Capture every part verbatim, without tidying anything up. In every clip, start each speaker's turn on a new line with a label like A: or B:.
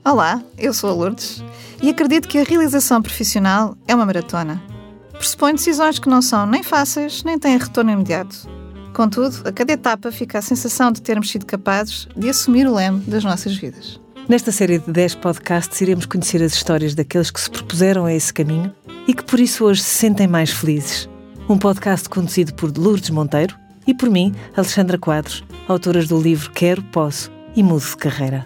A: Olá, eu sou a Lourdes e acredito que a realização profissional é uma maratona. Pressupõe decisões que não são nem fáceis, nem têm retorno imediato. Contudo, a cada etapa fica a sensação de termos sido capazes de assumir o leme das nossas vidas.
B: Nesta série de dez podcasts iremos conhecer as histórias daqueles que se propuseram a esse caminho e que por isso hoje se sentem mais felizes. Um podcast conduzido por Lourdes Monteiro e por mim, Alexandra Quadros, autoras do livro Quero, Posso e Mudo de Carreira.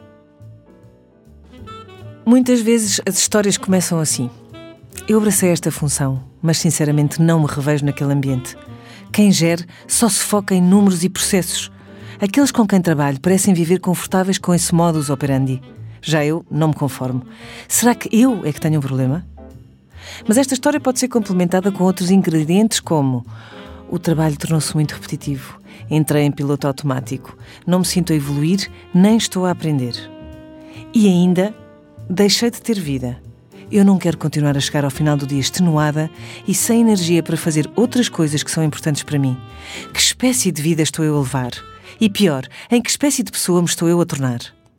B: Muitas vezes as histórias começam assim. Eu abracei esta função, mas sinceramente não me revejo naquele ambiente. Quem gere só se foca em números e processos. Aqueles com quem trabalho parecem viver confortáveis com esse modus operandi. Já eu não me conformo. Será que eu é que tenho um problema? Mas esta história pode ser complementada com outros ingredientes como: o trabalho tornou-se muito repetitivo, entrei em piloto automático, não me sinto a evoluir, nem estou a aprender. E ainda, deixei de ter vida. Eu não quero continuar a chegar ao final do dia extenuada e sem energia para fazer outras coisas que são importantes para mim. Que espécie de vida estou eu a levar? E pior, em que espécie de pessoa me estou eu a tornar?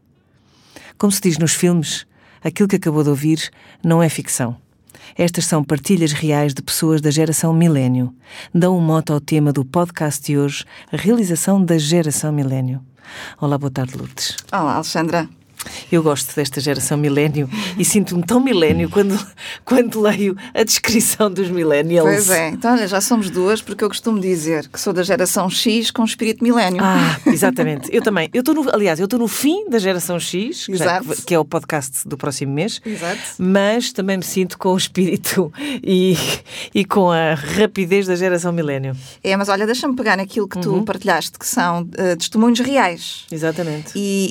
B: Como se diz nos filmes, aquilo que acabou de ouvir não é ficção. Estas são partilhas reais de pessoas da geração milénio. Dão um mote ao tema do podcast de hoje, a realização da geração milénio. Olá, boa tarde, Lourdes.
A: Olá, Alexandra.
B: Eu gosto desta geração milénio e sinto-me tão milénio quando, quando leio a descrição dos millennials.
A: Pois é, então olha, já somos duas, porque eu costumo dizer que sou da geração X com espírito milénio.
B: Ah, exatamente. Eu também. Eu estou no, aliás, eu estou no fim da geração X,
A: Exato.
B: Já, que é o podcast do próximo mês.
A: Exato.
B: Mas também me sinto com o espírito e, e com a rapidez da geração milénio.
A: É, mas olha, deixa-me pegar naquilo que tu
B: Uhum.
A: partilhaste, que são uh, testemunhos reais.
B: Exatamente.
A: E,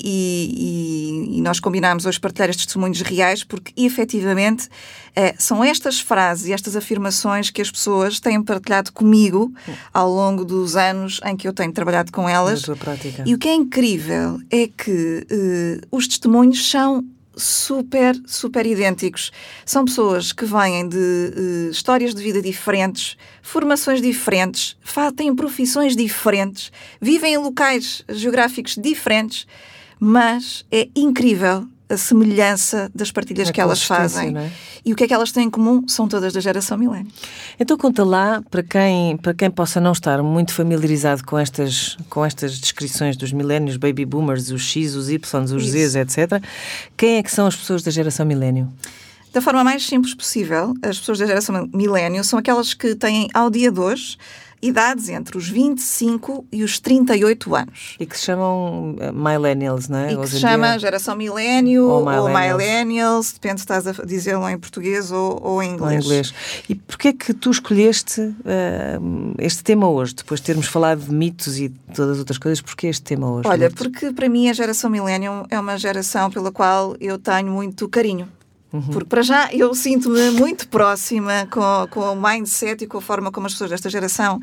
A: e, e, e nós combinámos hoje partilhar estes testemunhos reais porque, efetivamente, eh, são estas frases e estas afirmações que as pessoas têm partilhado comigo ao longo dos anos em que eu tenho trabalhado com elas.
B: Na tua prática.
A: E o que é incrível é que eh, os testemunhos são super, super idênticos. São pessoas que vêm de uh, histórias de vida diferentes, formações diferentes, têm profissões diferentes, vivem em locais geográficos diferentes, mas é incrível a semelhança das partilhas
B: A
A: que elas
B: consistência,
A: fazem.
B: não é?
A: E o que é que elas têm em comum? São todas da geração milénio.
B: Então conta lá, para quem, para quem possa não estar muito familiarizado com estas, com estas descrições dos milénios, baby boomers, os X, os Y, os
A: Isso.
B: Zs, etcétera, quem é que são as pessoas da geração milénio?
A: Da forma mais simples possível, as pessoas da geração milénio são aquelas que têm, ao dia de hoje, idades entre os vinte e cinco e os trinta e oito anos.
B: E que se chamam uh, millennials, não é?
A: E que
B: Hoje
A: se
B: em
A: chama
B: dia...
A: geração milénio
B: Ou
A: ou
B: millennials.
A: millennials, depende se estás a dizê-lo em português ou, ou em
B: Ou
A: inglês.
B: em inglês. E porquê é que tu escolheste uh, este tema hoje? Depois de termos falado de mitos e de todas as outras coisas, porquê este tema hoje?
A: Olha,
B: Lourdes?
A: porque para mim a geração milénio é uma geração pela qual eu tenho muito carinho. Porque, para já, eu sinto-me muito próxima com, com o mindset e com a forma como as pessoas desta geração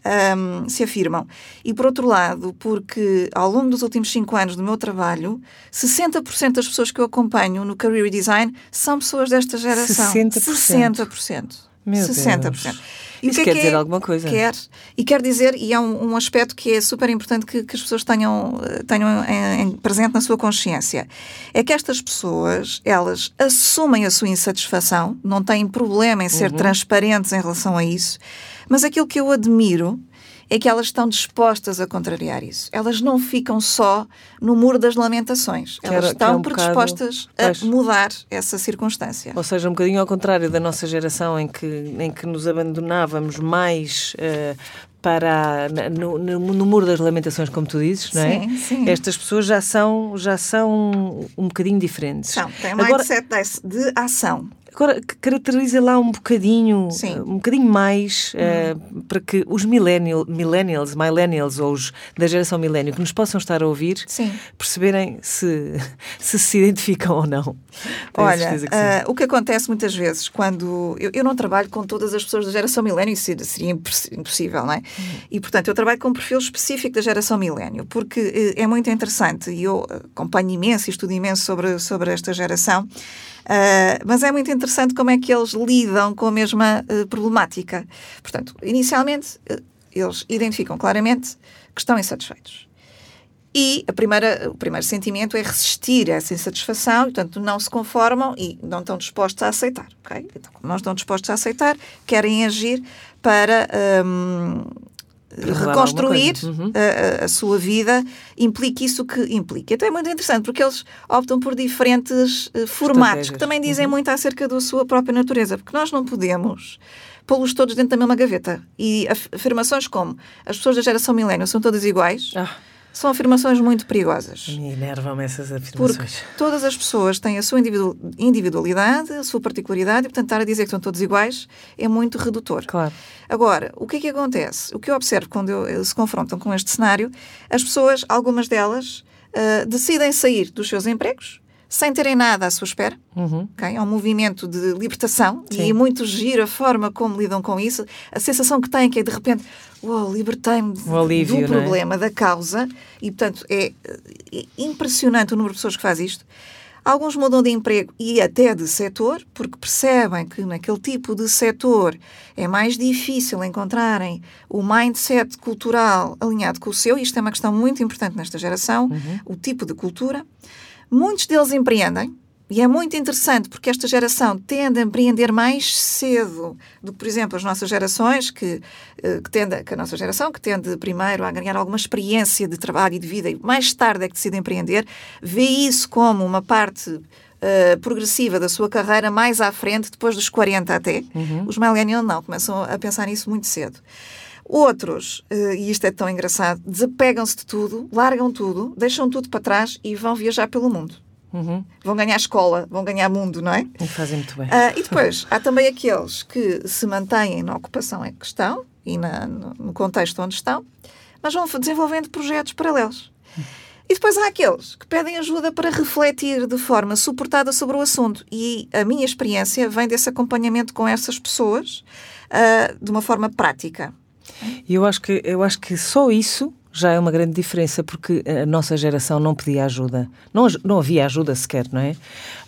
A: um, se afirmam. E, por outro lado, porque ao longo dos últimos cinco anos do meu trabalho, sessenta por cento das pessoas que eu acompanho no Career Design são pessoas desta geração.
B: sessenta por cento?
A: sessenta por cento.
B: Meu
A: sessenta por cento.
B: Deus.
A: E
B: Isso
A: o que é
B: quer
A: que
B: dizer
A: é?
B: alguma coisa?
A: Quer. E quer dizer, e é um, um aspecto que é super importante que, que as pessoas tenham, tenham em, em, presente na sua consciência, é que estas pessoas, elas assumem a sua insatisfação, não têm problema em ser
B: Uhum.
A: transparentes em relação a isso, mas aquilo que eu admiro é que elas estão dispostas a contrariar isso. Elas não ficam só no muro das lamentações.
B: Que
A: Elas
B: era- que é
A: estão
B: um
A: predispostas
B: bocado-
A: a
B: Pois.
A: mudar essa circunstância.
B: Ou seja, um bocadinho ao contrário da nossa geração em que, em que nos abandonávamos mais uh, para a, no, no, no muro das lamentações, como tu dizes, não é?
A: Sim, sim.
B: Estas pessoas já são, já são um bocadinho diferentes.
A: São, têm um
B: Agora,
A: mindset de ação.
B: Agora, caracteriza lá um bocadinho,
A: Sim.
B: um bocadinho mais uh, para que os millennial, millennials, millennials ou os da geração milénio que nos possam estar a ouvir
A: Sim.
B: perceberem se, se se identificam ou não. Tenho
A: Olha,
B: certeza que sim.
A: uh, o que acontece muitas vezes quando... Eu, eu não trabalho com todas as pessoas da geração milénio, isso seria impossível, não é? Hum. E, portanto, eu trabalho com um perfil específico da geração milénio, porque uh, é muito interessante e eu acompanho imenso e estudo imenso sobre, sobre esta geração. Uh, mas é muito interessante como é que eles lidam com a mesma uh, problemática. Portanto, inicialmente, uh, eles identificam claramente que estão insatisfeitos. E a primeira, o primeiro sentimento é resistir a essa insatisfação, e, portanto, não se conformam e não estão dispostos a aceitar. Okay? Então, como não estão dispostos a aceitar, querem agir para um, reconstruir uhum. a, a sua vida, implique isso que implica. Então é muito interessante, porque eles optam por diferentes uh, formatos, que também dizem uhum. muito acerca da sua própria natureza, porque nós não podemos pô-los todos dentro da mesma gaveta. E afirmações como as pessoas da geração milênio são todas iguais... Ah. São afirmações muito perigosas.
B: Me enervam essas afirmações.
A: Porque todas as pessoas têm a sua individualidade, a sua particularidade, e, portanto, estar a dizer que são todos iguais é muito redutor.
B: Claro.
A: Agora, o que é que acontece? O que eu observo quando eu, se confrontam com este cenário, as pessoas, algumas delas, uh, decidem sair dos seus empregos, sem terem nada à sua espera. Uhum. Okay? É um movimento de libertação. Sim. E é muito giro a forma como lidam com isso. A sensação que têm que é, de repente, uau, libertei-me do problema, é? da causa. E, portanto, é, é impressionante o número de pessoas que faz isto. Alguns mudam de emprego e até de setor, porque percebem que naquele tipo de setor é mais difícil encontrarem o mindset cultural alinhado com o seu. Isto é uma questão muito importante nesta geração, uhum. o tipo de cultura. Muitos deles empreendem, e é muito interessante porque esta geração tende a empreender mais cedo do que, por exemplo, as nossas gerações, que, que, tende, que a nossa geração, que tende primeiro a ganhar alguma experiência de trabalho e de vida, e mais tarde é que decide empreender, vê isso como uma parte uh, progressiva da sua carreira mais à frente, depois dos quarenta até. Uhum. Os millennials não, começam a pensar nisso muito cedo. Outros, e isto é tão engraçado, desapegam-se de tudo, largam tudo, deixam tudo para trás e vão viajar pelo mundo. Uhum. Vão ganhar escola, vão ganhar mundo, não é?
B: E fazem muito bem.
A: Uh, e depois, há também aqueles que se mantêm na ocupação em que estão e na, no, no contexto onde estão, mas vão desenvolvendo projetos paralelos. Uhum. E depois há aqueles que pedem ajuda para refletir de forma suportada sobre o assunto. E a minha experiência vem desse acompanhamento com essas pessoas uh, de uma forma prática.
B: E eu acho que, eu acho que só isso já é uma grande diferença, porque a nossa geração não pedia ajuda. Não, não havia ajuda sequer, não é?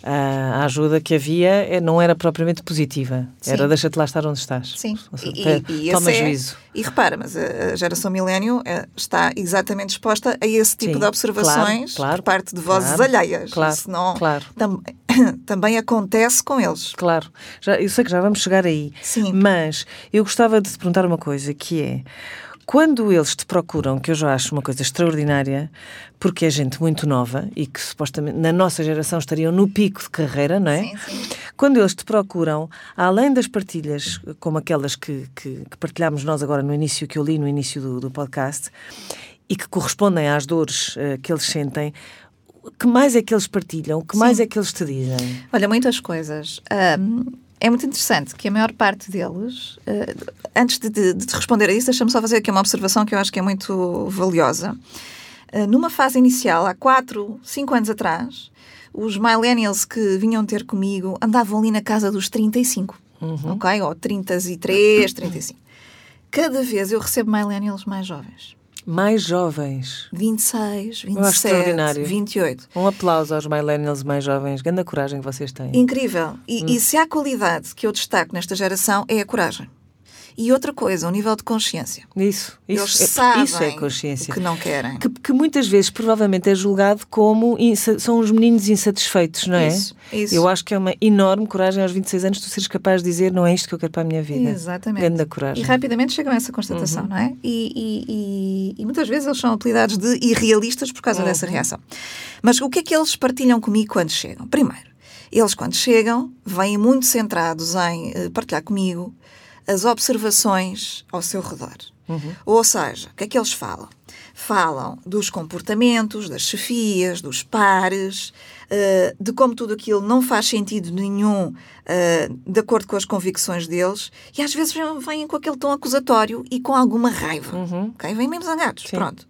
B: A ajuda que havia não era propriamente positiva. Sim. Era deixa-te lá estar onde estás.
A: Sim.
B: Seja,
A: e, e
B: toma
A: é,
B: juízo.
A: E repara, mas a geração milênio está exatamente exposta a esse tipo Sim, de observações claro, claro, por parte de vozes
B: claro,
A: alheias.
B: Claro,
A: Isso não,
B: claro.
A: Tam, também acontece com eles.
B: Claro. Já, eu sei que já vamos chegar aí.
A: Sim.
B: Mas eu gostava de te perguntar uma coisa, que é... Quando eles te procuram, que eu já acho uma coisa extraordinária, porque é gente muito nova e que supostamente na nossa geração estariam no pico de carreira, não é?
A: Sim, sim.
B: Quando eles te procuram, além das partilhas, como aquelas que, que, que partilhámos nós agora no início, que eu li no início do, do podcast, e que correspondem às dores uh, que eles sentem, que mais é que eles partilham? Que mais
A: sim.
B: é que eles te dizem?
A: Olha, muitas coisas. Um... É muito interessante que a maior parte deles, uh, antes de, de, de te responder a isso, deixa-me só fazer aqui uma observação que eu acho que é muito valiosa. Uh, numa fase inicial, há quatro, cinco anos atrás, os millennials que vinham ter comigo andavam ali na casa dos trinta e cinco, uhum. ok? Ou trinta e três, trinta e cinco. Cada vez eu recebo millennials mais jovens.
B: Mais jovens.
A: vinte e seis, vinte e sete, vinte e oito.
B: Um aplauso aos millennials mais jovens. Grande coragem que vocês têm.
A: Incrível. E, hum. e se há qualidade que eu destaco nesta geração é a coragem. E outra coisa, o nível de consciência.
B: Isso. Isso,
A: Eles
B: é,
A: sabem
B: isso é consciência.
A: O que não querem.
B: Que, que muitas vezes, provavelmente, é julgado como insa- são os meninos insatisfeitos, não é?
A: Isso, isso.
B: Eu acho que é uma enorme coragem aos vinte e seis anos tu seres capaz de dizer não é isto que eu quero para a minha vida.
A: Exatamente.
B: Grande coragem.
A: E rapidamente chegam a essa constatação,
B: uhum.
A: não é? E, e, e, e muitas vezes eles são apelidados de irrealistas por causa uhum. dessa reação. Mas o que é que eles partilham comigo quando chegam? Primeiro, eles quando chegam vêm muito centrados em uh, partilhar comigo as observações ao seu redor. Uhum. Ou seja, o que é que eles falam? Falam dos comportamentos, das chefias, dos pares, uh, de como tudo aquilo não faz sentido nenhum uh, de acordo com as convicções deles, e às vezes vêm com aquele tom acusatório e com alguma raiva. Uhum. Okay? Vêm mesmo zangados. Sim. Pronto.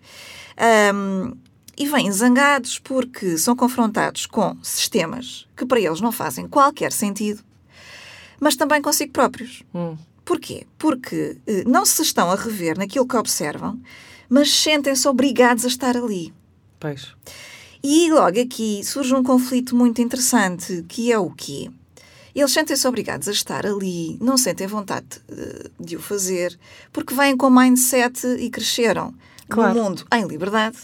A: Um, e vêm zangados porque são confrontados com sistemas que para eles não fazem qualquer sentido, mas também consigo próprios. Hum. Porquê? Porque eh, não se estão a rever naquilo que observam, mas sentem-se obrigados a estar ali.
B: Pois.
A: E logo aqui surge um conflito muito interessante, que é o quê? Eles sentem-se obrigados a estar ali, não sentem vontade uh, de o fazer, porque vêm com mindset e cresceram claro. no mundo em liberdade,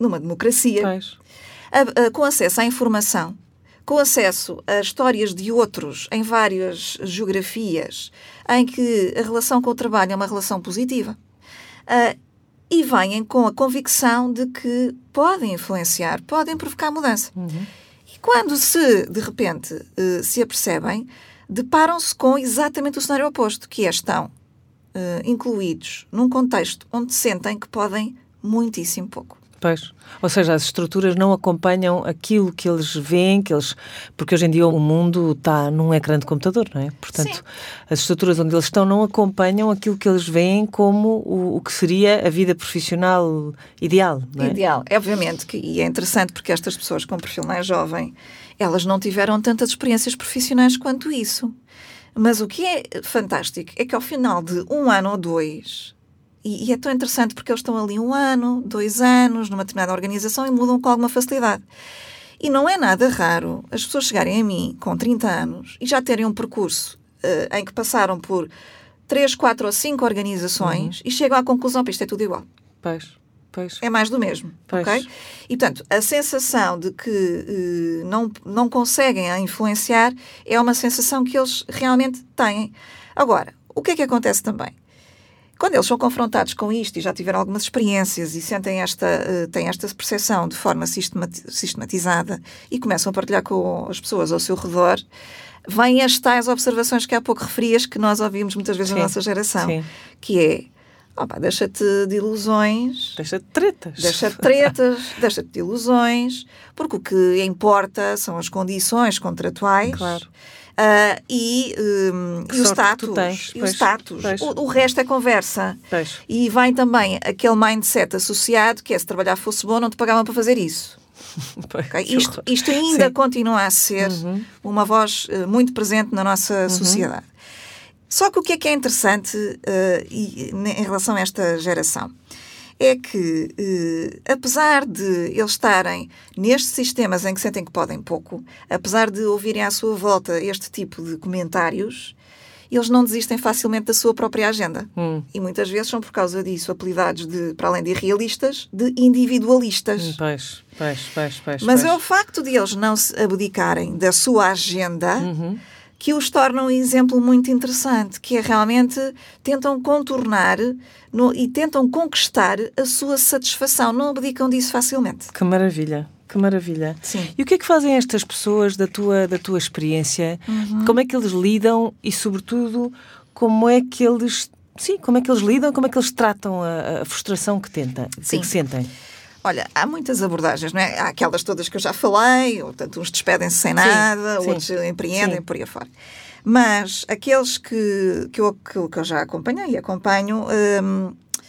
A: numa democracia, a, a, com acesso à informação, com acesso a histórias de outros em várias geografias, em que a relação com o trabalho é uma relação positiva, uh, e vêm com a convicção de que podem influenciar, podem provocar mudança.
B: Uhum.
A: E quando se, de repente, uh, se apercebem, deparam-se com exatamente o cenário oposto, que é estão uh, incluídos num contexto onde sentem que podem muitíssimo pouco.
B: Pois. Ou seja, as estruturas não acompanham aquilo que eles veem, que eles... porque hoje em dia o mundo está num ecrã de computador, não é? Portanto, sim, as estruturas onde eles estão não acompanham aquilo que eles veem como o, o que seria a vida profissional ideal, não é?
A: Ideal. É, obviamente, que, e é interessante porque estas pessoas com um perfil mais jovem, elas não tiveram tantas experiências profissionais quanto isso. Mas o que é fantástico é que ao final de um ano ou dois... E, e é tão interessante porque eles estão ali um ano, dois anos, numa determinada organização e mudam com alguma facilidade. E não é nada raro as pessoas chegarem a mim com trinta anos e já terem um percurso uh, em que passaram por três, quatro ou cinco organizações, uhum, e chegam à conclusão que isto é tudo igual.
B: Pois, pois.
A: É mais do mesmo, pois, ok? E, portanto, a sensação de que uh, não, não conseguem influenciar é uma sensação que eles realmente têm. Agora, o que é que acontece também? Quando eles são confrontados com isto e já tiveram algumas experiências e sentem esta, uh, têm esta percepção de forma sistematizada e começam a partilhar com as pessoas ao seu redor, vêm as tais observações que há pouco referias, que nós ouvimos muitas vezes, sim, na nossa geração, sim, que é, opa, deixa-te de ilusões...
B: Deixa-te de tretas.
A: Deixa-te de tretas, deixa-te de ilusões, porque o que importa são as condições contratuais...
B: Claro.
A: Uh, e, um, e o status,
B: tens,
A: e
B: pois,
A: o, status. O, o resto é conversa.
B: Pois.
A: E vem também aquele mindset associado que é, se trabalhar fosse bom, não te pagavam para fazer isso.
B: Pois,
A: okay? isto, isto ainda, sim, continua a ser, uhum, uma voz uh, muito presente na nossa, uhum, sociedade. Só que o que é que é interessante uh, e, em relação a esta geração é que, eh, apesar de eles estarem nestes sistemas em que sentem que podem pouco, apesar de ouvirem à sua volta este tipo de comentários, eles não desistem facilmente da sua própria agenda.
B: Hum.
A: E muitas vezes são, por causa disso, apelidados, de, para além de irrealistas, de individualistas.
B: Hum, pois, pois, pois, pois,
A: Mas
B: pois.
A: é o facto de eles não se abdicarem da sua agenda...
B: Uhum.
A: que os torna um exemplo muito interessante, que é realmente tentam contornar no, e tentam conquistar a sua satisfação, não abdicam disso facilmente.
B: Que maravilha, que maravilha.
A: Sim.
B: E o que é que fazem estas pessoas da tua, da tua experiência?
A: Uhum.
B: Como é que eles lidam e, sobretudo, como é que eles, sim, como é que eles lidam, como é que eles tratam a, a frustração que, tenta, que sentem?
A: Olha, há muitas abordagens, não é? Há aquelas todas que eu já falei, portanto, uns despedem-se sem nada, sim, outros, sim, empreendem, sim, por aí afora. Mas aqueles que, que, eu, que, que eu já acompanhei e acompanho, hum,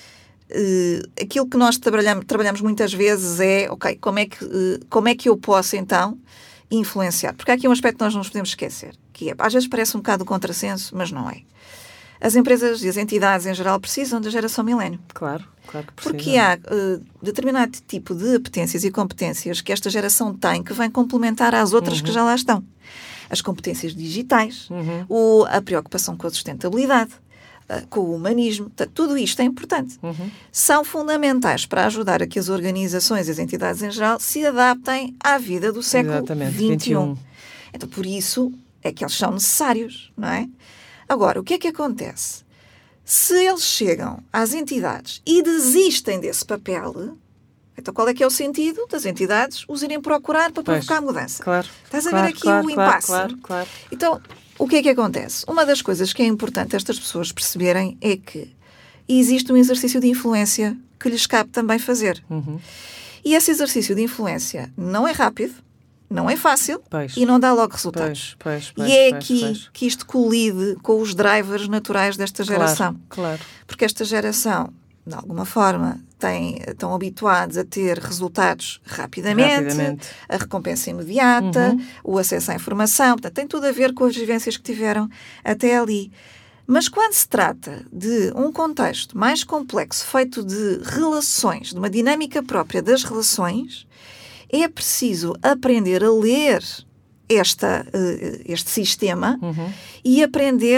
A: hum, aquilo que nós trabalhamos, trabalhamos muitas vezes é, ok, como é, que, como é que eu posso, então, influenciar? Porque há aqui um aspecto que nós não nos podemos esquecer, que é, às vezes parece um bocado contrassenso, mas não é. As empresas e as entidades, em geral, precisam da geração milénio.
B: Claro, claro que precisam.
A: Porque há uh, determinado tipo de apetências e competências que esta geração tem que vem complementar às outras, uhum, que já lá estão. As competências digitais,
B: uhum,
A: o, a preocupação com a sustentabilidade, uh, com o humanismo, tudo isto é importante.
B: Uhum.
A: São fundamentais para ajudar a que as organizações e as entidades em geral se adaptem à vida do século vinte e um. Então, por isso é que eles são necessários, não é? Agora, o que é que acontece? Se eles chegam às entidades e desistem desse papel, então qual é que é o sentido das entidades os irem procurar para provocar
B: pois,
A: mudança?
B: Claro,
A: Estás a
B: claro,
A: ver aqui
B: claro,
A: o impasse?
B: Claro, claro.
A: Então, o que é que acontece? Uma das coisas que é importante estas pessoas perceberem é que existe um exercício de influência que lhes cabe também fazer.
B: Uhum.
A: E esse exercício de influência não é rápido, não é fácil,
B: pois,
A: e não dá logo resultados.
B: Pois, pois, pois,
A: e é
B: pois,
A: aqui
B: pois.
A: que isto colide com os drivers naturais desta geração.
B: Claro, claro.
A: Porque esta geração, de alguma forma, tem, estão habituados a ter resultados rapidamente,
B: rapidamente.
A: A recompensa imediata,
B: uhum,
A: o acesso à informação. Portanto, tem tudo a ver com as vivências que tiveram até ali. Mas quando se trata de um contexto mais complexo, feito de relações, de uma dinâmica própria das relações, é preciso aprender a ler esta, uh, este sistema,
B: uhum,
A: e aprender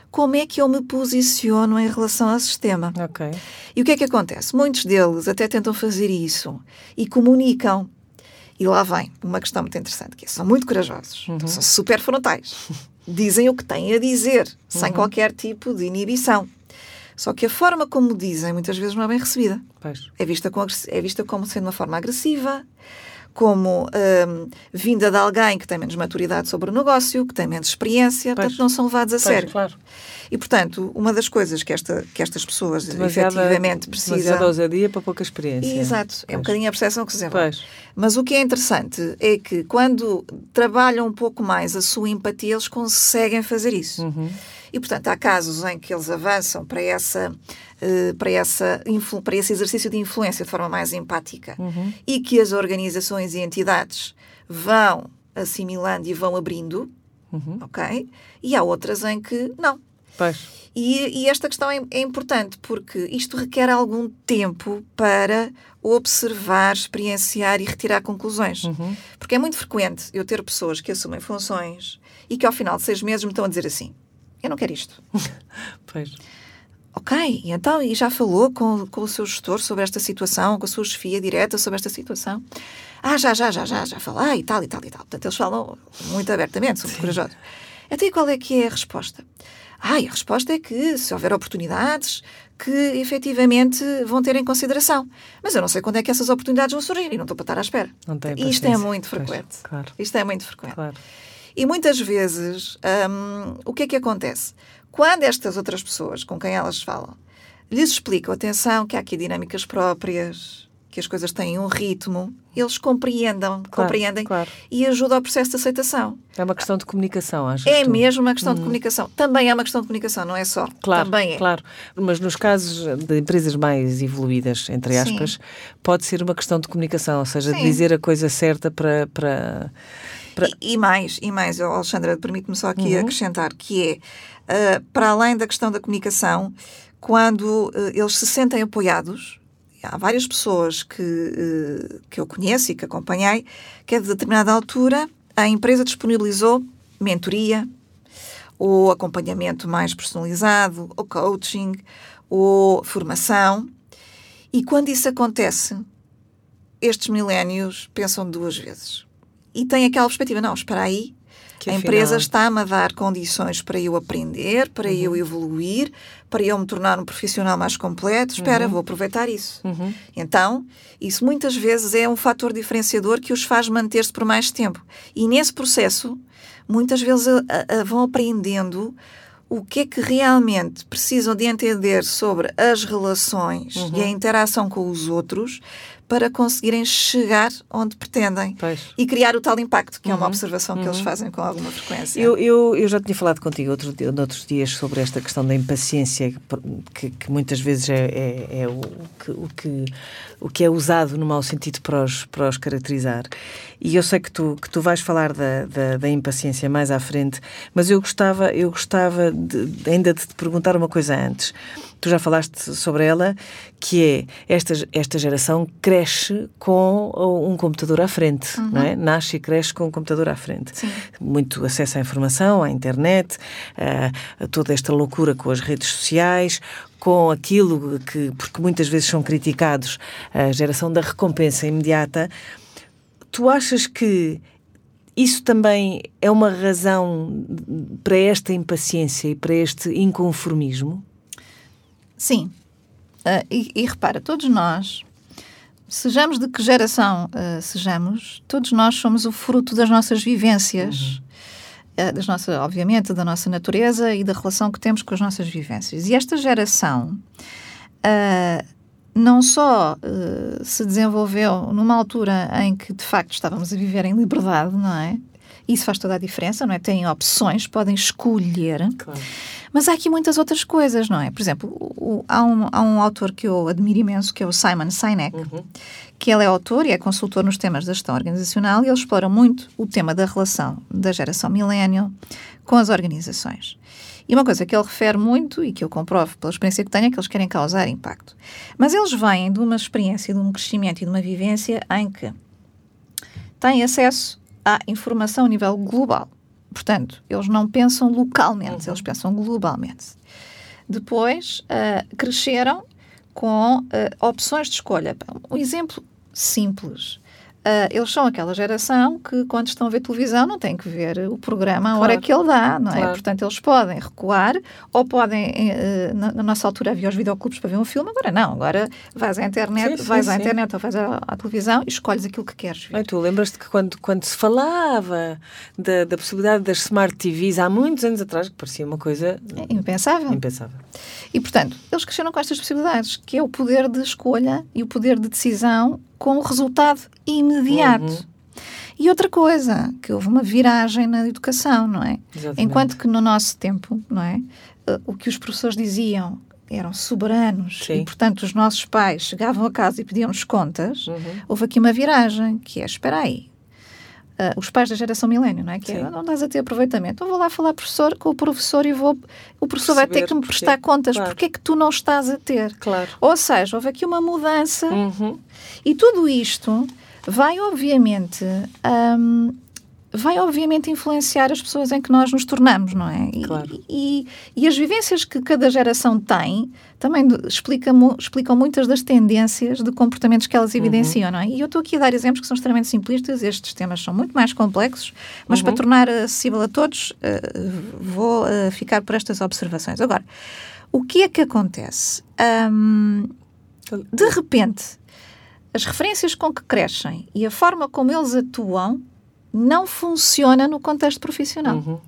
A: como é que eu me posiciono em relação ao sistema.
B: Okay.
A: E o que é que acontece? Muitos deles até tentam fazer isso e comunicam. E lá vem uma questão muito interessante, que é, são muito corajosos, uhum. são super frontais, dizem o que têm a dizer, uhum. sem qualquer tipo de inibição. Só que a forma como dizem, muitas vezes não é bem recebida.
B: Pois.
A: É vista, com, é vista como sendo uma forma agressiva, como hum, vinda de alguém que tem menos maturidade sobre o negócio, que tem menos experiência, pois. Portanto não são levados a
B: pois,
A: sério.
B: Claro.
A: E, portanto, uma das coisas que, esta, que estas pessoas
B: demasiada,
A: efetivamente precisam...
B: Demasiada ousadia para pouca experiência.
A: Exato. É
B: pois.
A: um bocadinho a percepção que se desenvolve. Mas o que é interessante é que quando trabalham um pouco mais a sua empatia, eles conseguem fazer isso.
B: Uhum.
A: E, portanto, há casos em que eles avançam para, essa, uh, para, essa, para esse exercício de influência de forma mais empática
B: uhum.
A: e que as organizações e entidades vão assimilando e vão abrindo,
B: uhum.
A: ok? E há outras em que não.
B: Pois.
A: E, e esta questão é, é importante porque isto requer algum tempo para observar, experienciar e retirar conclusões.
B: Uhum.
A: Porque é muito frequente eu ter pessoas que assumem funções e que ao final de seis meses me estão a dizer assim: eu não quero isto.
B: Pois.
A: Ok, então, e já falou com, com o seu gestor sobre esta situação, com a sua chefia direta sobre esta situação? Ah, já, já, já, já, já falei e tal, e tal, e tal. Portanto, eles falam muito abertamente, são muito corajosos. Até e qual é que é a resposta? Ah, e a resposta é que, se houver oportunidades, que efetivamente vão ter em consideração. Mas eu não sei quando é que essas oportunidades vão surgir e não estou para estar à espera.
B: Não tem
A: Isto é muito frequente.
B: Pois, claro.
A: Isto é muito frequente.
B: Claro.
A: E muitas vezes, hum, o que é que acontece? Quando estas outras pessoas com quem elas falam lhes explicam, atenção, que há aqui dinâmicas próprias, que as coisas têm um ritmo, eles compreendem, claro, compreendem
B: claro.
A: E ajudam ao processo de aceitação.
B: É uma questão de comunicação, acho.
A: É
B: tu?
A: mesmo uma questão
B: hum.
A: de comunicação. Também é uma questão de comunicação, não é só.
B: Claro,
A: Também é.
B: Claro, mas nos casos de empresas mais evoluídas, entre aspas, Sim. pode ser uma questão de comunicação, ou seja, Sim. de dizer a coisa certa para... para... Para...
A: E, e mais, e mais, Alexandra, permite-me só aqui uhum. acrescentar, que é, uh, para além da questão da comunicação, quando uh, eles se sentem apoiados, há várias pessoas que, uh, que eu conheço e que acompanhei, que a determinada altura a empresa disponibilizou mentoria, ou acompanhamento mais personalizado, ou coaching, ou formação, e quando isso acontece, estes milénios pensam duas vezes. E tem aquela perspectiva, não, espera aí, que a afinal... empresa está-me a dar condições para eu aprender, para uhum. eu evoluir, para eu me tornar um profissional mais completo, espera, uhum. vou aproveitar isso.
B: Uhum.
A: Então, isso muitas vezes é um fator diferenciador que os faz manter-se por mais tempo. E nesse processo, muitas vezes a, a, a vão aprendendo o que é que realmente precisam de entender sobre as relações uhum. e a interação com os outros para conseguirem chegar onde pretendem
B: pois. E
A: criar o tal impacto, que
B: uhum.
A: é uma observação que
B: uhum.
A: eles fazem com alguma frequência.
B: Eu, eu, eu já tinha falado contigo outro, outros dias sobre esta questão da impaciência, que, que muitas vezes é, é, é o, que, o, que, o que é usado no mau sentido para os, para os caracterizar. E eu sei que tu, que tu vais falar da, da, da impaciência mais à frente, mas eu gostava, eu gostava de, ainda de te perguntar uma coisa antes. Tu já falaste sobre ela, que é esta, esta geração cresce com um computador à frente, uhum. não é? Nasce e cresce com um computador à frente.
A: Sim.
B: Muito acesso à informação, à internet, a, a toda esta loucura com as redes sociais, com aquilo que, porque muitas vezes são criticados, a geração da recompensa imediata. Tu achas que isso também é uma razão para esta impaciência e para este inconformismo?
A: Sim. Uh, e, e repara, todos nós, sejamos de que geração uh, sejamos, todos nós somos o fruto das nossas vivências, uhum. uh, das nossas, obviamente, da nossa natureza e da relação que temos com as nossas vivências. E esta geração uh, não só uh, se desenvolveu numa altura em que, de facto, estávamos a viver em liberdade, não é? Isso faz toda a diferença, não é? Têm opções, podem escolher.
B: Claro.
A: Mas há aqui muitas outras coisas, não é? Por exemplo, o, o, há, um, há um autor que eu admiro imenso, que é o Simon Sinek, uhum. que ele é autor e é consultor nos temas da gestão organizacional, e ele explora muito o tema da relação da geração millennial com as organizações. E uma coisa que ele refere muito, e que eu comprovo pela experiência que tenho, é que eles querem causar impacto. Mas eles vêm de uma experiência, de um crescimento e de uma vivência em que têm acesso à informação a nível global. portanto, eles não pensam localmente, uhum. eles pensam globalmente. Depois, uh, cresceram com uh, opções de escolha. Um exemplo simples. Uh, eles são aquela geração que, quando estão a ver televisão, não têm que ver o programa à
B: claro.
A: hora que ele dá, não é?
B: Claro.
A: Portanto, eles podem recuar ou podem, uh, na, na nossa altura, havia os videoclubes para ver um filme, agora não. Agora vais à internet,
B: sim, sim,
A: vais à
B: sim.
A: internet ou vais à, à televisão e escolhes aquilo que queres ver.
B: Ai, tu lembras-te que quando, quando se falava da, da possibilidade das Smart T Vs há muitos anos atrás, que parecia uma coisa...
A: É impensável.
B: Impensável.
A: E, portanto, eles cresceram com estas possibilidades, que é o poder de escolha e o poder de decisão com o resultado imediato. Uhum. E outra coisa, que houve uma viragem na educação, não é?
B: Exatamente.
A: Enquanto que no nosso tempo, não é? O que os professores diziam eram soberanos. Sim. E, portanto, os nossos pais chegavam a casa e pediam-nos contas. Uhum. Houve aqui uma viragem, que é, espera aí, Uh, os pais da geração milénio, não é? Que é, não estás a ter aproveitamento. Eu vou lá falar professor, com o professor e vou... O professor vai ter que me prestar porque, contas. Claro. Porque é que tu não estás a ter?
B: Claro.
A: Ou seja, houve aqui uma mudança.
B: Uhum.
A: E tudo isto vai, obviamente... Um, vai, obviamente, influenciar as pessoas em que nós nos tornamos, não é? E,
B: claro.
A: e, e as vivências que cada geração tem também explica, explicam muitas das tendências de comportamentos que elas evidenciam, uhum. não é? E eu estou aqui a dar exemplos que são extremamente simplistas, estes temas são muito mais complexos, mas uhum. para tornar acessível a todos, uh, vou uh, ficar por estas observações. Agora, o que é que acontece? Um, de repente, as referências com que crescem e a forma como eles atuam não funciona no contexto profissional. Uhum.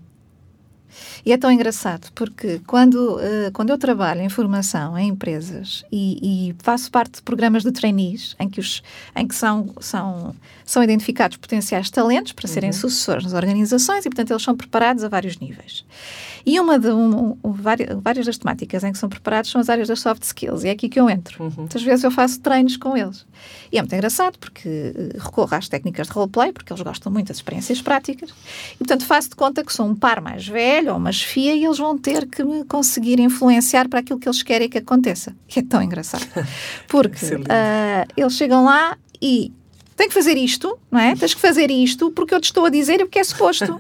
A: E é tão engraçado, porque quando, uh, quando eu trabalho em formação em empresas e, e faço parte de programas de trainees, em que, os, em que são, são, são identificados potenciais talentos para serem uhum. sucessores nas organizações e, portanto, eles são preparados a vários níveis. E uma de, um, um, várias, várias das temáticas em que são preparados são as áreas das soft skills, e é aqui que eu entro. Uhum. Muitas vezes eu faço treinos com eles. E é muito engraçado, porque uh, recorro às técnicas de roleplay, porque eles gostam muito das experiências práticas, e, portanto, faço de conta que sou um par mais velho ou uma chefia e eles vão ter que me conseguir influenciar para aquilo que eles querem que aconteça. E é tão engraçado. Porque uh, eles chegam lá e tem que fazer isto, não é? Tens que fazer isto porque eu te estou a dizer e porque é suposto.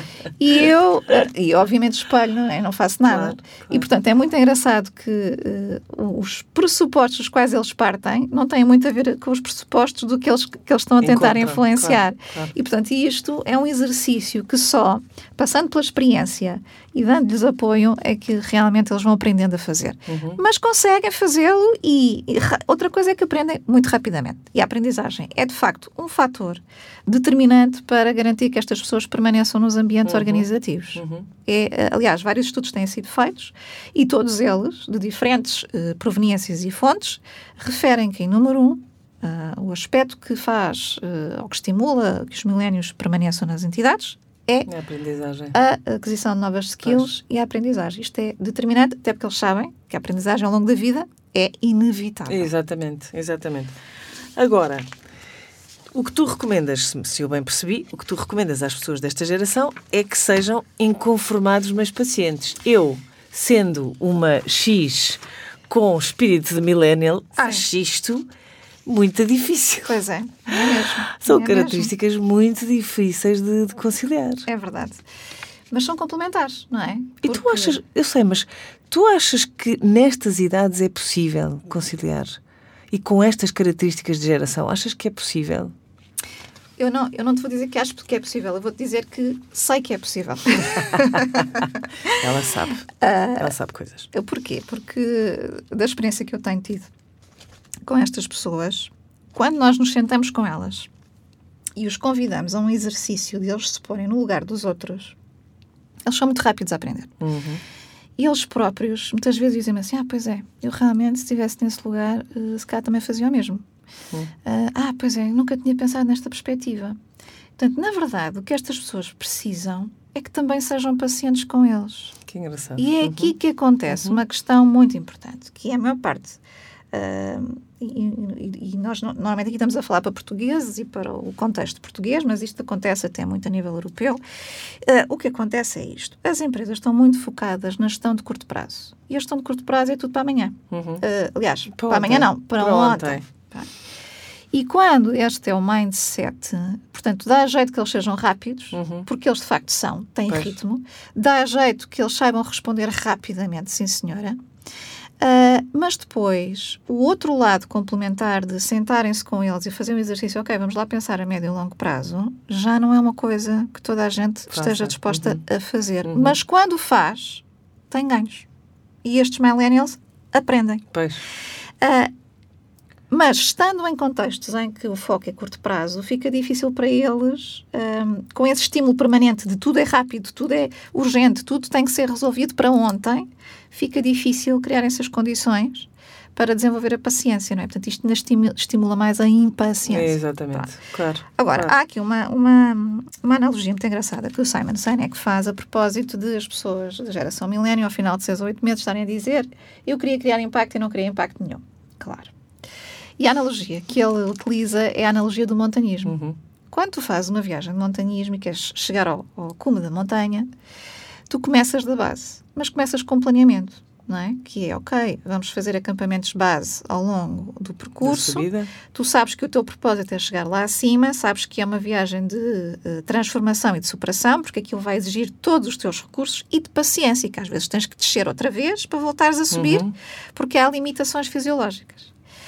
A: E eu, uh, e obviamente espelho, não é? Não faço nada. Claro, claro. E, portanto, é muito engraçado que uh, os pressupostos dos quais eles partem não têm muito a ver com os pressupostos do que eles, que eles estão a tentar Encontram, influenciar. Claro, claro. E, portanto, isto é um exercício que só, passando pela experiência e dando-lhes apoio, é que realmente eles vão aprendendo a fazer. Uhum. Mas conseguem fazê-lo e, e outra coisa é que aprendem muito rapidamente. E a aprendizagem é, de facto, um fator determinante para garantir que estas pessoas permaneçam nos ambientes uhum. organizativos. Uhum. É, aliás, vários estudos têm sido feitos e todos eles, de diferentes uh, proveniências e fontes, referem que, em número um, uh, o aspecto que faz uh, ou que estimula que os milénios permaneçam nas entidades é
B: a aprendizagem,
A: a aquisição de novas skills pois. E a aprendizagem. Isto é determinante, até porque eles sabem que a aprendizagem ao longo da vida é inevitável.
B: Exatamente, exatamente. Agora, o que tu recomendas, se eu bem percebi, o que tu recomendas às pessoas desta geração é que sejam inconformados, mas pacientes. Eu, sendo uma X com espírito de millennial, Sim. acho isto muito difícil.
A: Pois é, não é mesmo.
B: São
A: é
B: características
A: mesmo.
B: muito difíceis de, de conciliar.
A: É verdade. Mas são complementares, não é?
B: Porque... E tu achas, eu sei, mas tu achas que nestas idades é possível conciliar? E com estas características de geração, achas que é possível?
A: Eu não, eu não te vou dizer que acho que é possível, eu vou-te dizer que sei que é possível.
B: Ela sabe. Uh, Ela sabe coisas.
A: Porquê? Porque da experiência que eu tenho tido com estas pessoas, quando nós nos sentamos com elas e os convidamos a um exercício de eles se porem no lugar dos outros, eles são muito rápidos a aprender.
B: Uhum.
A: E eles próprios, muitas vezes, dizem-me assim, ah, pois é, eu realmente, se estivesse nesse lugar, uh, se calhar também fazia o mesmo. Uhum. Uh, ah, pois é, nunca tinha pensado nesta perspectiva. Portanto, na verdade, o que estas pessoas precisam é que também sejam pacientes com eles.
B: Que engraçado.
A: E é
B: uhum.
A: aqui que acontece uhum. uma questão muito importante, que é a maior parte... Uh, e, e, e nós normalmente aqui estamos a falar para portugueses e para o contexto português, mas isto acontece até muito a nível europeu. Uh, o que acontece é isto. As empresas estão muito focadas na gestão de curto prazo. E a gestão de curto prazo é tudo para amanhã. Uhum. Uh, aliás, para, para amanhã não, para, para ontem. ontem. E quando este é o mindset, portanto, dá jeito que eles sejam rápidos, uhum. porque eles de facto são, têm pois. ritmo, dá jeito que eles saibam responder rapidamente, sim senhora. Uh, mas depois, o outro lado complementar de sentarem-se com eles e fazer um exercício, ok, vamos lá pensar a médio e longo prazo, já não é uma coisa que toda a gente Faça. esteja disposta uhum. a fazer. Uhum. Mas quando faz, tem ganhos. E estes millennials aprendem.
B: Pois.
A: Uh, mas, estando em contextos em que o foco é curto prazo, fica difícil para eles, um, com esse estímulo permanente de tudo é rápido, tudo é urgente, tudo tem que ser resolvido para ontem, fica difícil criar essas condições para desenvolver a paciência, não é? Portanto, isto estimula, estimula mais a impaciência.
B: É, exatamente, tá. claro.
A: Agora,
B: claro.
A: há aqui uma, uma, uma analogia muito engraçada que o Simon Sinek faz a propósito de as pessoas da geração millennial, ao final de seis ou oito meses, estarem a dizer eu queria criar impacto e não queria impacto nenhum. Claro. E a analogia que ele utiliza é a analogia do montanhismo. Uhum. Quando tu fazes uma viagem de montanhismo e queres chegar ao, ao cume da montanha, tu começas da base, mas começas com planeamento, não é? Que é, ok, vamos fazer acampamentos base ao longo do percurso. Tu sabes que o teu propósito é chegar lá acima, sabes que é uma viagem de uh, transformação e de superação, porque aquilo vai exigir todos os teus recursos e de paciência, que às vezes tens que descer outra vez para voltares a subir, uhum. porque há limitações fisiológicas.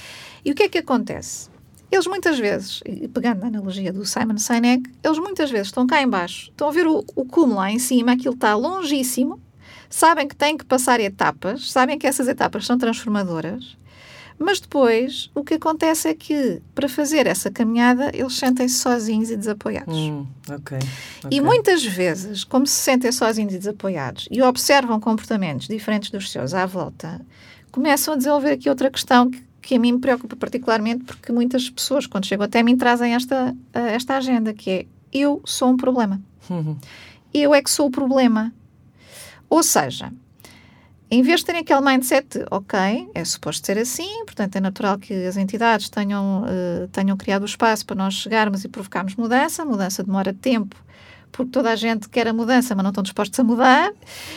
A: E o que é que acontece? Eles muitas vezes, pegando na analogia do Simon Sinek, eles muitas vezes estão cá em baixo, estão a ver o, o cume lá em cima, aquilo está longíssimo, sabem que têm que passar etapas, sabem que essas etapas são transformadoras, mas depois o que acontece é que, para fazer essa caminhada, eles sentem-se sozinhos e desapoiados.
B: Hum, okay, okay.
A: E muitas vezes, como se sentem sozinhos e desapoiados e observam comportamentos diferentes dos seus à volta, começam a desenvolver aqui outra questão que que a mim me preocupa particularmente, porque muitas pessoas, quando chegam até mim, trazem esta, esta agenda, que é, eu sou um problema. Uhum. Eu é que sou o problema. Ou seja, em vez de terem aquele mindset de, ok, é suposto ser assim, portanto é natural que as entidades tenham, uh, tenham criado o espaço para nós chegarmos e provocarmos mudança, a mudança demora tempo, porque toda a gente quer a mudança, mas não estão dispostos a mudar.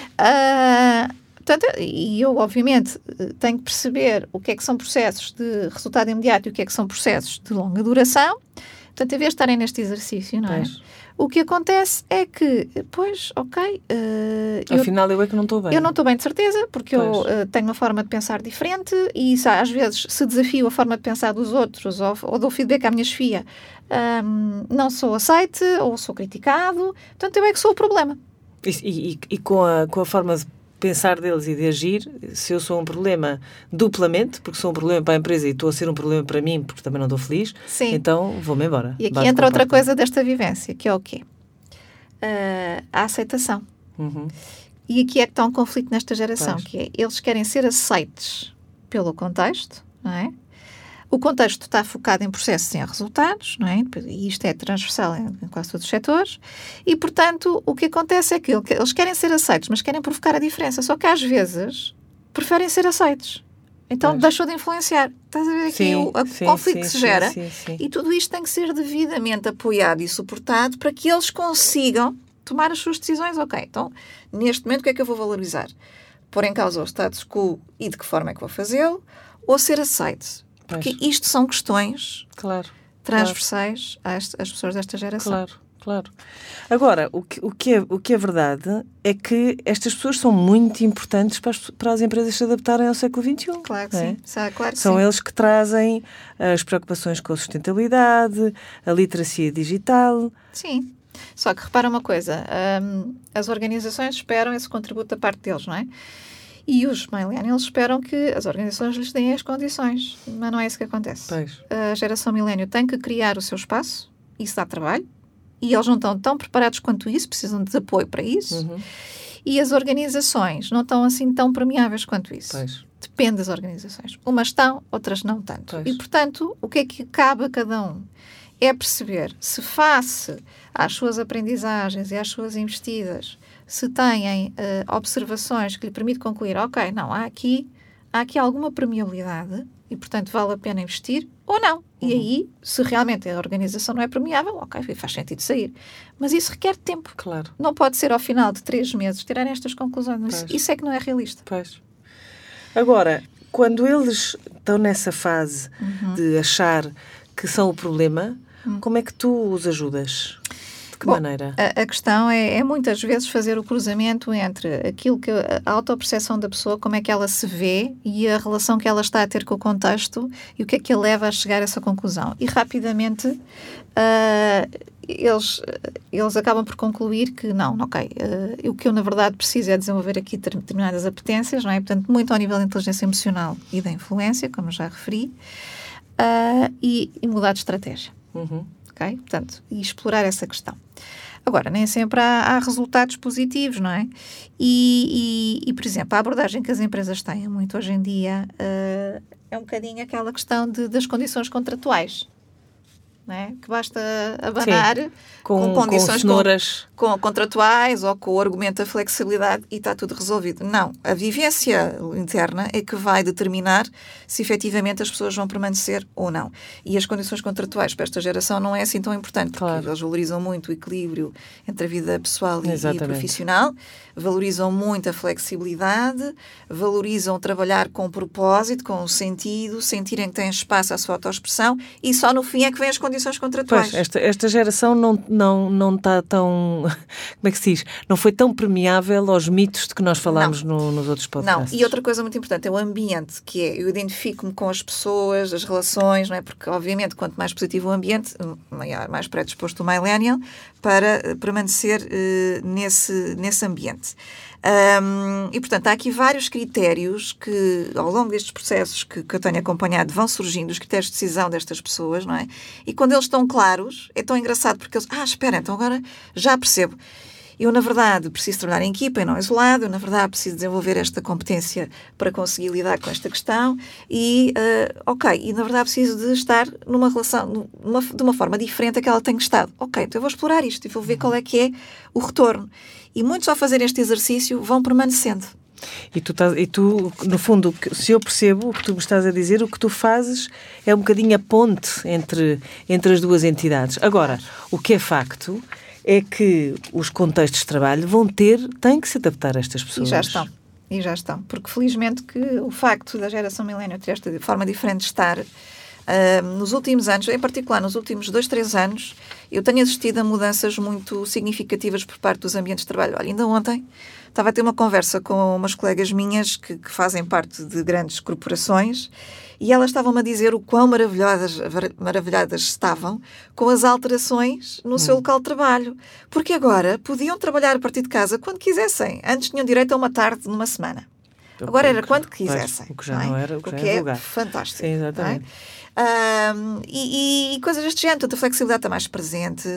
A: Uh, Portanto, e eu, obviamente, tenho que perceber o que é que são processos de resultado imediato e o que é que são processos de longa duração. Portanto, em vez de estarem neste exercício, não é? Pois. O que acontece é que, pois, ok... Uh,
B: Afinal, eu, eu é que não estou bem.
A: Eu não estou bem, de certeza, porque pois. eu uh, tenho uma forma de pensar diferente e isso, às vezes, se desafio a forma de pensar dos outros ou, ou dou feedback à minha chefia, um, não sou aceite ou sou criticado. Portanto, eu é que sou o problema.
B: E, e, e com, a, com a forma de pensar deles e de agir, se eu sou um problema duplamente, porque sou um problema para a empresa e estou a ser um problema para mim, porque também não estou feliz, Sim. então vou-me embora.
A: E aqui entra outra coisa desta vivência, que é o quê? Uh, a aceitação. Uhum. E aqui é que está um conflito nesta geração, pois. que é, eles querem ser aceites pelo contexto, não é? O contexto está focado em processos e em resultados, não é? E isto é transversal em, em quase todos os setores. E, portanto, o que acontece é que eles querem ser aceitos, mas querem provocar a diferença. Só que, às vezes, preferem ser aceitos. Então, pois. deixou de influenciar. Estás a ver aqui sim, o a sim, conflito sim, que se sim, gera? Sim, sim. E tudo isto tem que ser devidamente apoiado e suportado para que eles consigam tomar as suas decisões. Ok, então, neste momento, o que é que eu vou valorizar? Pôr em causa o status quo e de que forma é que vou fazê-lo? Ou ser aceito? Porque pois. isto são questões
B: claro,
A: transversais claro. às, às pessoas desta geração.
B: Claro, claro. Agora, o que, o, que é, o que é verdade é que estas pessoas são muito importantes para as, para as empresas se adaptarem ao século vinte e um.
A: Claro que
B: é?
A: sim. Sabe, claro que
B: são
A: sim.
B: eles que trazem as preocupações com a sustentabilidade, a literacia digital.
A: Sim. Só que repara uma coisa, hum, as organizações esperam esse contributo da parte deles, não é? E os millennials esperam que as organizações lhes deem as condições, mas não é isso que acontece.
B: Pois.
A: A geração millennial tem que criar o seu espaço, isso dá trabalho, e eles não estão tão preparados quanto isso, precisam de apoio para isso, uhum. e as organizações não estão assim tão permeáveis quanto isso.
B: Pois.
A: Depende das organizações. Umas estão, outras não tanto.
B: Pois.
A: E, portanto, o que é que cabe a cada um? É perceber se face às suas aprendizagens e às suas investidas, se têm uh, observações que lhe permitem concluir, ok, não, há aqui, há aqui alguma permeabilidade e, portanto, vale a pena investir ou não. Uhum. E aí, se realmente a organização não é permeável, ok, faz sentido sair. Mas isso requer tempo.
B: Claro.
A: Não pode ser ao final de três meses tirarem estas conclusões. Isso, isso é que não é realista.
B: Pois. Agora, quando eles estão nessa fase uhum. de achar que são o problema, hum. como é que tu os ajudas? De que
A: Bom,
B: maneira?
A: A, a questão é, é muitas vezes fazer o cruzamento entre aquilo que a autopercepção da pessoa, como é que ela se vê e a relação que ela está a ter com o contexto e o que é que a leva a chegar a essa conclusão. E rapidamente uh, eles, eles acabam por concluir que não, ok, uh, o que eu na verdade preciso é desenvolver aqui determinadas apetências, não é? Portanto, muito ao nível da inteligência emocional e da influência, como já referi, uh, e, e mudar de estratégia.
B: Uhum.
A: Okay? Portanto, e explorar essa questão. Agora, nem sempre há, há resultados positivos, não é? E, e, e, por exemplo, a abordagem que as empresas têm muito hoje em dia uh, é um bocadinho aquela questão de, das condições contratuais, não é? Que basta abanar
B: com,
A: com condições
B: com cenouras...
A: com, com contratuais ou com o argumento da flexibilidade e está tudo resolvido. Não, a vivência interna é que vai determinar se efetivamente as pessoas vão permanecer ou não. E as condições contratuais para esta geração não é assim tão importante, porque claro. Eles valorizam muito o equilíbrio entre a vida pessoal e, e profissional, valorizam muito a flexibilidade, valorizam trabalhar com propósito, com o sentido, sentirem que têm espaço à sua autoexpressão e só no fim é que vêm as condições contratuais.
B: Pois, esta, esta geração não, não, não está tão... Como é que se diz? Não foi tão permeável aos mitos de que nós falámos no, nos outros podcasts.
A: Não, e outra coisa muito importante é o ambiente, que é, eu identifico-me com as pessoas, as relações, não é? Porque, obviamente, quanto mais positivo o ambiente, maior, mais predisposto o millennial para permanecer uh, nesse, nesse ambiente. Um, e, portanto, há aqui vários critérios que, ao longo destes processos que, que eu tenho acompanhado, vão surgindo, os critérios de decisão destas pessoas, não é? E quando eles estão claros, é tão engraçado, porque eles, ah, espera, então agora já percebo. Eu, na verdade, preciso trabalhar em equipa e não isolado, eu, na verdade, preciso desenvolver esta competência para conseguir lidar com esta questão e, uh, ok, e, na verdade, preciso de estar numa relação, numa, de uma forma diferente daquela que tenho estado. Ok, então eu vou explorar isto e vou ver qual é que é o retorno. E muitos, ao fazer este exercício, vão permanecendo.
B: E tu, estás, e tu, no fundo, se eu percebo o que tu me estás a dizer, o que tu fazes é um bocadinho a ponte entre, entre as duas entidades. Agora, o que é facto é que os contextos de trabalho vão ter, têm que se adaptar a estas pessoas.
A: E já estão. E já estão. Porque, felizmente, que o facto da geração millennial ter esta forma diferente de estar, uh, nos últimos anos, em particular nos últimos dois, três anos, eu tenho assistido a mudanças muito significativas por parte dos ambientes de trabalho. Olha, ainda ontem estava a ter uma conversa com umas colegas minhas que, que fazem parte de grandes corporações e elas estavam-me a dizer o quão maravilhadas, maravilhadas estavam com as alterações no hum. seu local de trabalho. Porque agora podiam trabalhar a partir de casa quando quisessem. Antes tinham direito a uma tarde numa semana. Agora era quando quisessem.
B: O que já não era, o que já é lugar.
A: Fantástico.
B: Sim, exatamente.
A: Um, e, e coisas deste género, portanto, a flexibilidade está mais presente,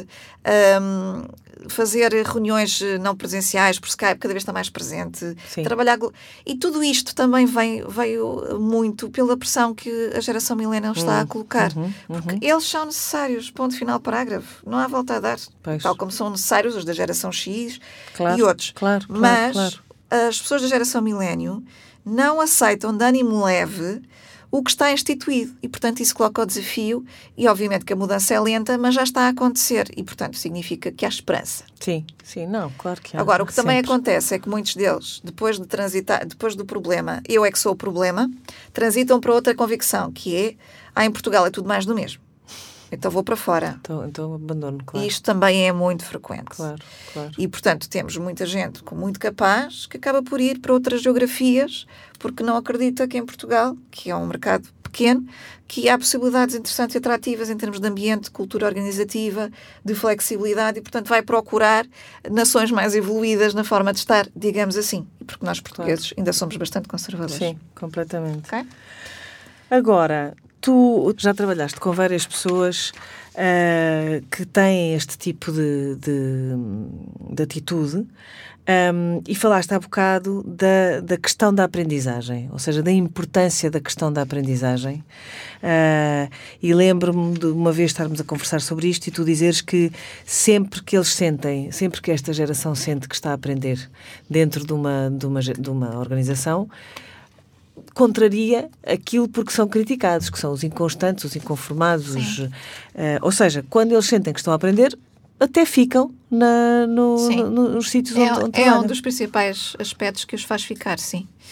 A: um, fazer reuniões não presenciais por Skype cada vez está mais presente,
B: Sim.
A: trabalhar... E tudo isto também vem, veio muito pela pressão que a geração millennial está
B: uhum,
A: a colocar,
B: uhum,
A: porque
B: uhum.
A: eles são necessários, ponto final parágrafo, não há volta a dar,
B: pois.
A: Tal como são necessários os da geração X
B: claro,
A: e outros.
B: Claro, claro,
A: Mas
B: claro.
A: as pessoas da geração milênio não aceitam de ânimo leve o que está instituído. E, portanto, isso coloca o desafio e, obviamente, que a mudança é lenta, mas já está a acontecer. E, portanto, significa que há esperança.
B: Sim, sim, não, claro que há.
A: Agora, o que
B: sempre.
A: também acontece é que muitos deles, depois de transitar, depois do problema, eu é que sou o problema, transitam para outra convicção, que é, ah, em Portugal é tudo mais do mesmo. Então vou para fora.
B: Então, então abandono, claro.
A: E isto também é muito frequente.
B: Claro, claro.
A: E, portanto, temos muita gente com muito capaz que acaba por ir para outras geografias porque não acredita que em Portugal, que é um mercado pequeno, que há possibilidades interessantes e atrativas em termos de ambiente, cultura organizativa, de flexibilidade e, portanto, vai procurar nações mais evoluídas na forma de estar, digamos assim. Porque nós, portugueses, claro. ainda somos bastante conservadores.
B: Sim, completamente.
A: Okay?
B: Agora, tu já trabalhaste com várias pessoas uh, que têm este tipo de, de, de atitude um, e falaste há bocado da, da questão da aprendizagem, ou seja, da importância da questão da aprendizagem. Uh, e lembro-me de uma vez estarmos a conversar sobre isto e tu dizeres que sempre que eles sentem, sempre que esta geração sente que está a aprender dentro de uma, de uma, de uma organização, contraria aquilo porque são criticados, que são os inconstantes, os inconformados, os, uh, ou seja, quando eles sentem que estão a aprender, até ficam na, no, no, nos sítios
A: é,
B: onde, onde
A: é
B: trabalham.
A: um dos principais aspectos que os faz ficar, sim.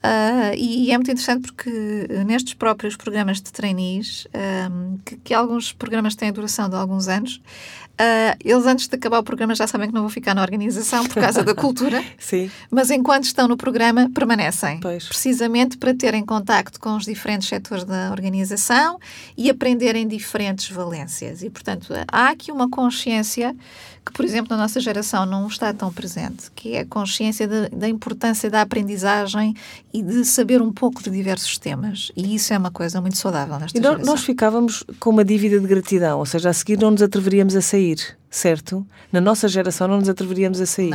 A: Uh, e é muito interessante porque nestes próprios programas de trainees, um, que, que alguns programas têm a duração de alguns anos, uh, eles antes de acabar o programa já sabem que não vão ficar na organização por causa da cultura,
B: Sim.
A: mas enquanto estão no programa permanecem,
B: Pois.
A: precisamente para terem contacto com os diferentes setores da organização e aprenderem diferentes valências. E, portanto, há aqui uma consciência que, por exemplo, na nossa geração não está tão presente, que é a consciência de, da importância da aprendizagem e de saber um pouco de diversos temas. E isso é uma coisa muito saudável nesta
B: E nós,
A: geração.
B: nós ficávamos com uma dívida de gratidão, ou seja, a seguir não nos atreveríamos a sair, certo? Na nossa geração não nos atreveríamos a sair.
A: Não.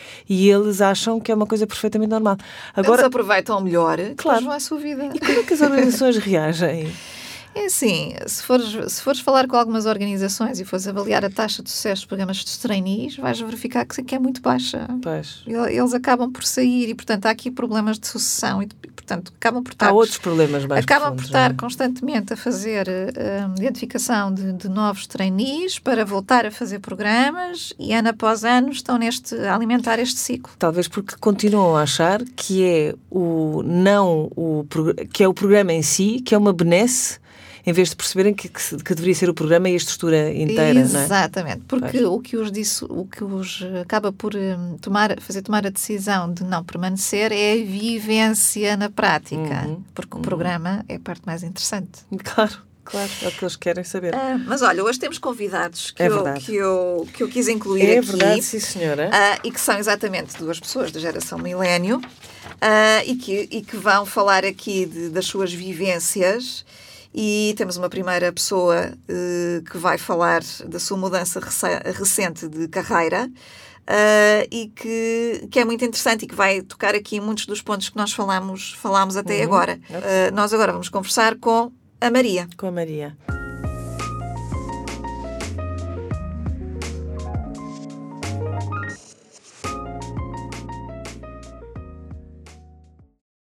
B: E eles acham que é uma coisa perfeitamente normal.
A: Agora, eles aproveitam melhor, claro, vão à sua vida.
B: E como é que as organizações reagem?
A: É assim, se fores, se fores falar com algumas organizações e fores avaliar a taxa de sucesso dos programas de trainees, vais verificar que, que é muito baixa.
B: Pois.
A: Eles acabam por sair e, portanto, há aqui problemas de sucessão e, portanto, acabam por estar...
B: Há outros problemas mais
A: Acabam
B: profundos,
A: por estar
B: não é?
A: constantemente a fazer uh, identificação de, de novos trainees para voltar a fazer programas e, ano após ano, estão neste, a alimentar este ciclo.
B: Talvez porque continuam a achar que é o, não o, que é o programa em si, que é uma benesse, em vez de perceberem que, que, que deveria ser o programa e a estrutura inteira, não é?
A: Exatamente, porque o que os disse, o que os acaba por um, tomar, fazer tomar a decisão de não permanecer é a vivência na prática,
B: uhum,
A: porque
B: uhum.
A: o programa é a parte mais interessante.
B: Claro, claro, é o que eles querem saber.
A: Ah, mas olha, hoje temos convidados que,
B: é
A: eu, que, eu, que eu quis incluir
B: é
A: aqui.
B: É verdade, sim senhora.
A: Ah, e que são exatamente duas pessoas da geração milénio ah, e, que, e que vão falar aqui de, das suas vivências. E temos uma primeira pessoa uh, que vai falar da sua mudança rec- recente de carreira uh, e que, que é muito interessante e que vai tocar aqui em muitos dos pontos que nós falamos, falámos até
B: uhum.
A: agora. Uh, nós agora vamos conversar com a Maria.
B: Com a Maria.